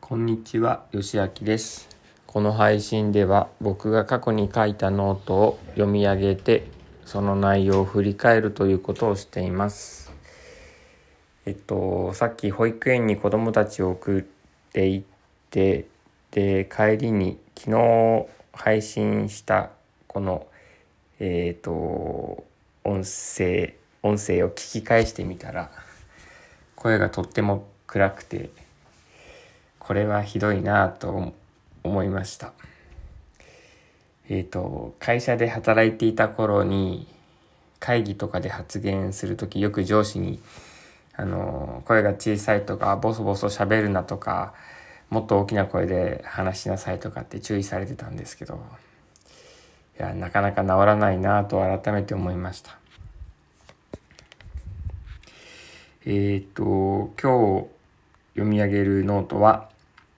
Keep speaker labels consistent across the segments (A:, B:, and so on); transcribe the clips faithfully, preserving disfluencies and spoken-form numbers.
A: こんにちは、よしあきです。この配信では僕が過去に書いたノートを読み上げてその内容を振り返るということをしています。えっとさっき保育園に子どもたちを送っていってで帰りに昨日配信したこのえっと音声音声を聞き返してみたら声がとっても暗くてこれはひどいなと思いました。えっと、会社で働いていた頃に会議とかで発言するときよく上司にあの声が小さいとかボソボソ喋るなとかもっと大きな声で話しなさいとかって注意されてたんですけど、いやなかなか治らないなと改めて思いました。えっと今日読み上げるノートは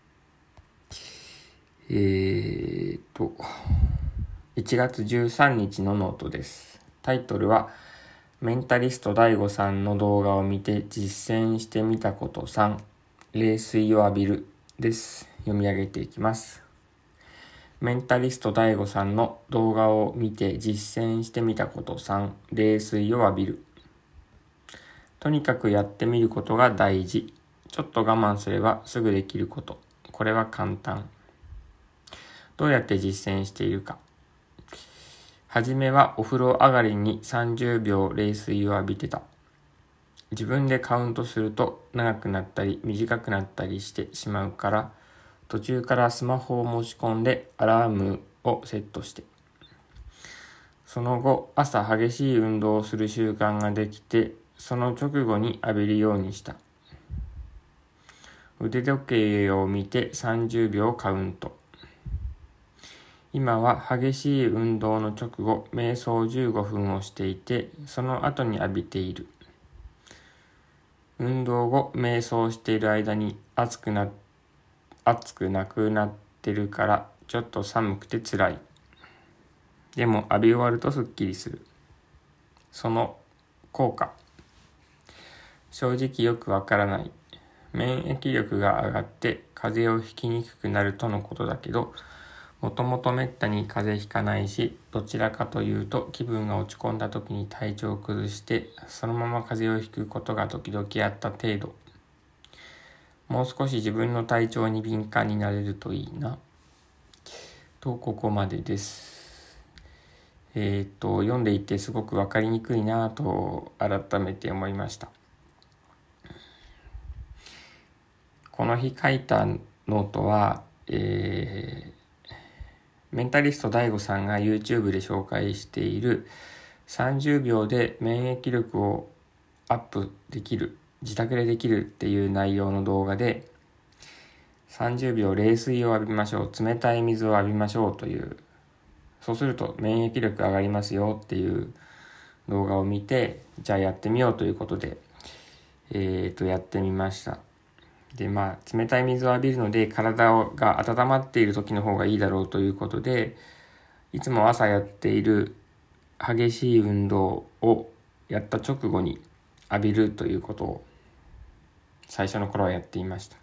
A: えー、っといちがつじゅうさんにちのノートです。タイトルはメンタリスト ダイゴ さんの動画を見て実践してみたことさん、冷水を浴びるです。読み上げていきます。メンタリスト ダイゴ さんの動画を見て実践してみたことさん、冷水を浴びる。とにかくやってみることが大事。ちょっと我慢すればすぐできること。これは簡単。どうやって実践しているか。はじめはお風呂上がりにさんじゅうびょう冷水を浴びてた。自分でカウントすると長くなったり短くなったりしてしまうから、途中からスマホを持ち込んでアラームをセットして。その後、朝激しい運動をする習慣ができて、その直後に浴びるようにした。腕時計を見てさんじゅうびょうカウント。今は激しい運動の直後、瞑想じゅうごふんをしていて、その後に浴びている。運動後、瞑想している間に暑くな、暑くなくなってるから、ちょっと寒くて辛い。でも浴び終わるとすっきりする。その効果。正直よくわからない。免疫力が上がって風邪をひきにくくなるとのことだけど、もともとめったに風邪ひかないし、どちらかというと気分が落ち込んだ時に体調を崩してそのまま風邪をひくことが時々あった程度。もう少し自分の体調に敏感になれるといいなと、ここまでです。えー、っと読んでいてすごくわかりにくいなと改めて思いました。この日書いたノートは、えーメンタリスト ダイゴ さんが YouTube で紹介しているさんじゅうびょうで免疫力をアップできる、自宅でできるっていう内容の動画で、さんじゅうびょう冷水を浴びましょう、冷たい水を浴びましょうという、そうすると免疫力上がりますよっていう動画を見て、じゃあやってみようということで、えーとやってみました。でまあ、冷たい水を浴びるので体が温まっている時の方がいいだろうということで、いつも朝やっている激しい運動をやった直後に浴びるということを最初の頃はやっていました。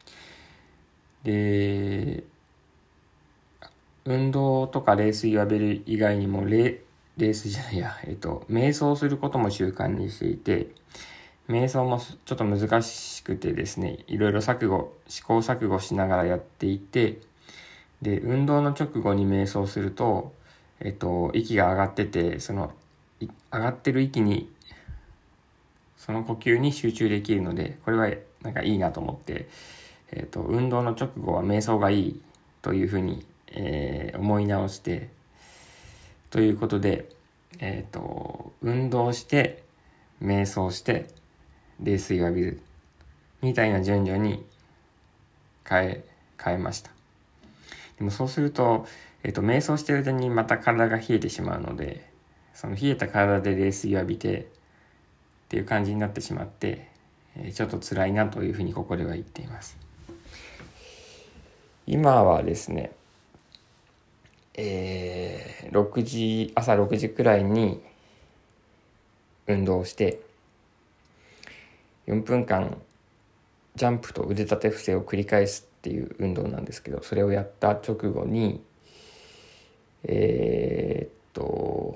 A: で運動とか冷水を浴びる以外にも冷冷水じゃないや、えっと瞑想することも習慣にしていて、瞑想もちょっと難しくてですね、いろいろ錯誤、試行錯誤しながらやっていて、で、運動の直後に瞑想すると、えっと、息が上がってて、その、上がってる息に、その呼吸に集中できるので、これはなんかいいなと思って、えっと、運動の直後は瞑想がいいというふうに、えー、思い直して、ということで、えっと、運動して、瞑想して、冷水を浴びるみたいな順序に変え変えました。でもそうすると、えっと瞑想してる間にまた体が冷えてしまうので、その冷えた体で冷水を浴びてっていう感じになってしまって、えー、ちょっと辛いなというふうにここでは言っています。今はですね、えー、ろくじ朝ろくじくらいに運動してよんぷんかんジャンプと腕立て伏せを繰り返すっていう運動なんですけど、それをやった直後にえー、っと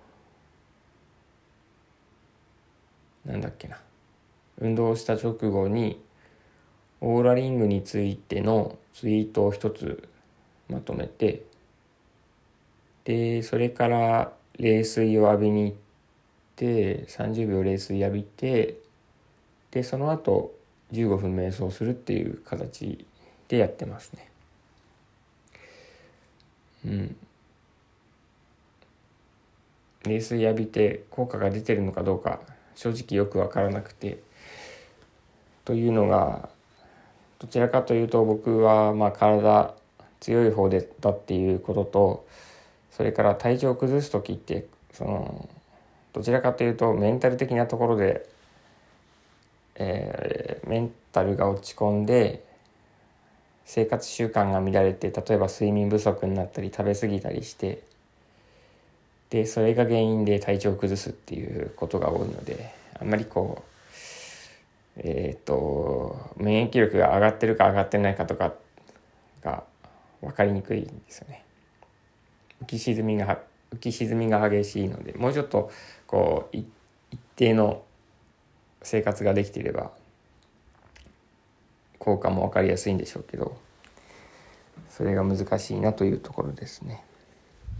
A: なんだっけな運動した直後にオーラリングについてのツイートを一つまとめて、でそれから冷水を浴びに行ってさんじゅうびょう冷水浴びて、でその後じゅうごふん瞑想するっていう形でやってますね。うん冷水浴びて効果が出てるのかどうか正直よく分からなくて、というのがどちらかというと僕はまあ体強い方でだっていうことと、それから体調を崩す時ってそのどちらかというとメンタル的なところで、えー、メンタルが落ち込んで生活習慣が乱れて、例えば睡眠不足になったり食べ過ぎたりして、でそれが原因で体調を崩すっていうことが多いので、あんまりこうえっと免疫力が上がってるか上がってないかとかが分かりにくいんですよね。浮き沈みが浮き沈みが激しいので、もうちょっとこう一定の生活ができていれば効果も分かりやすいんでしょうけど、それが難しいなというところですね。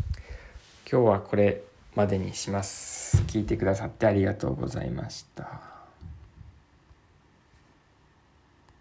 A: 今日はこれまでにします。聞いてくださってありがとうございました。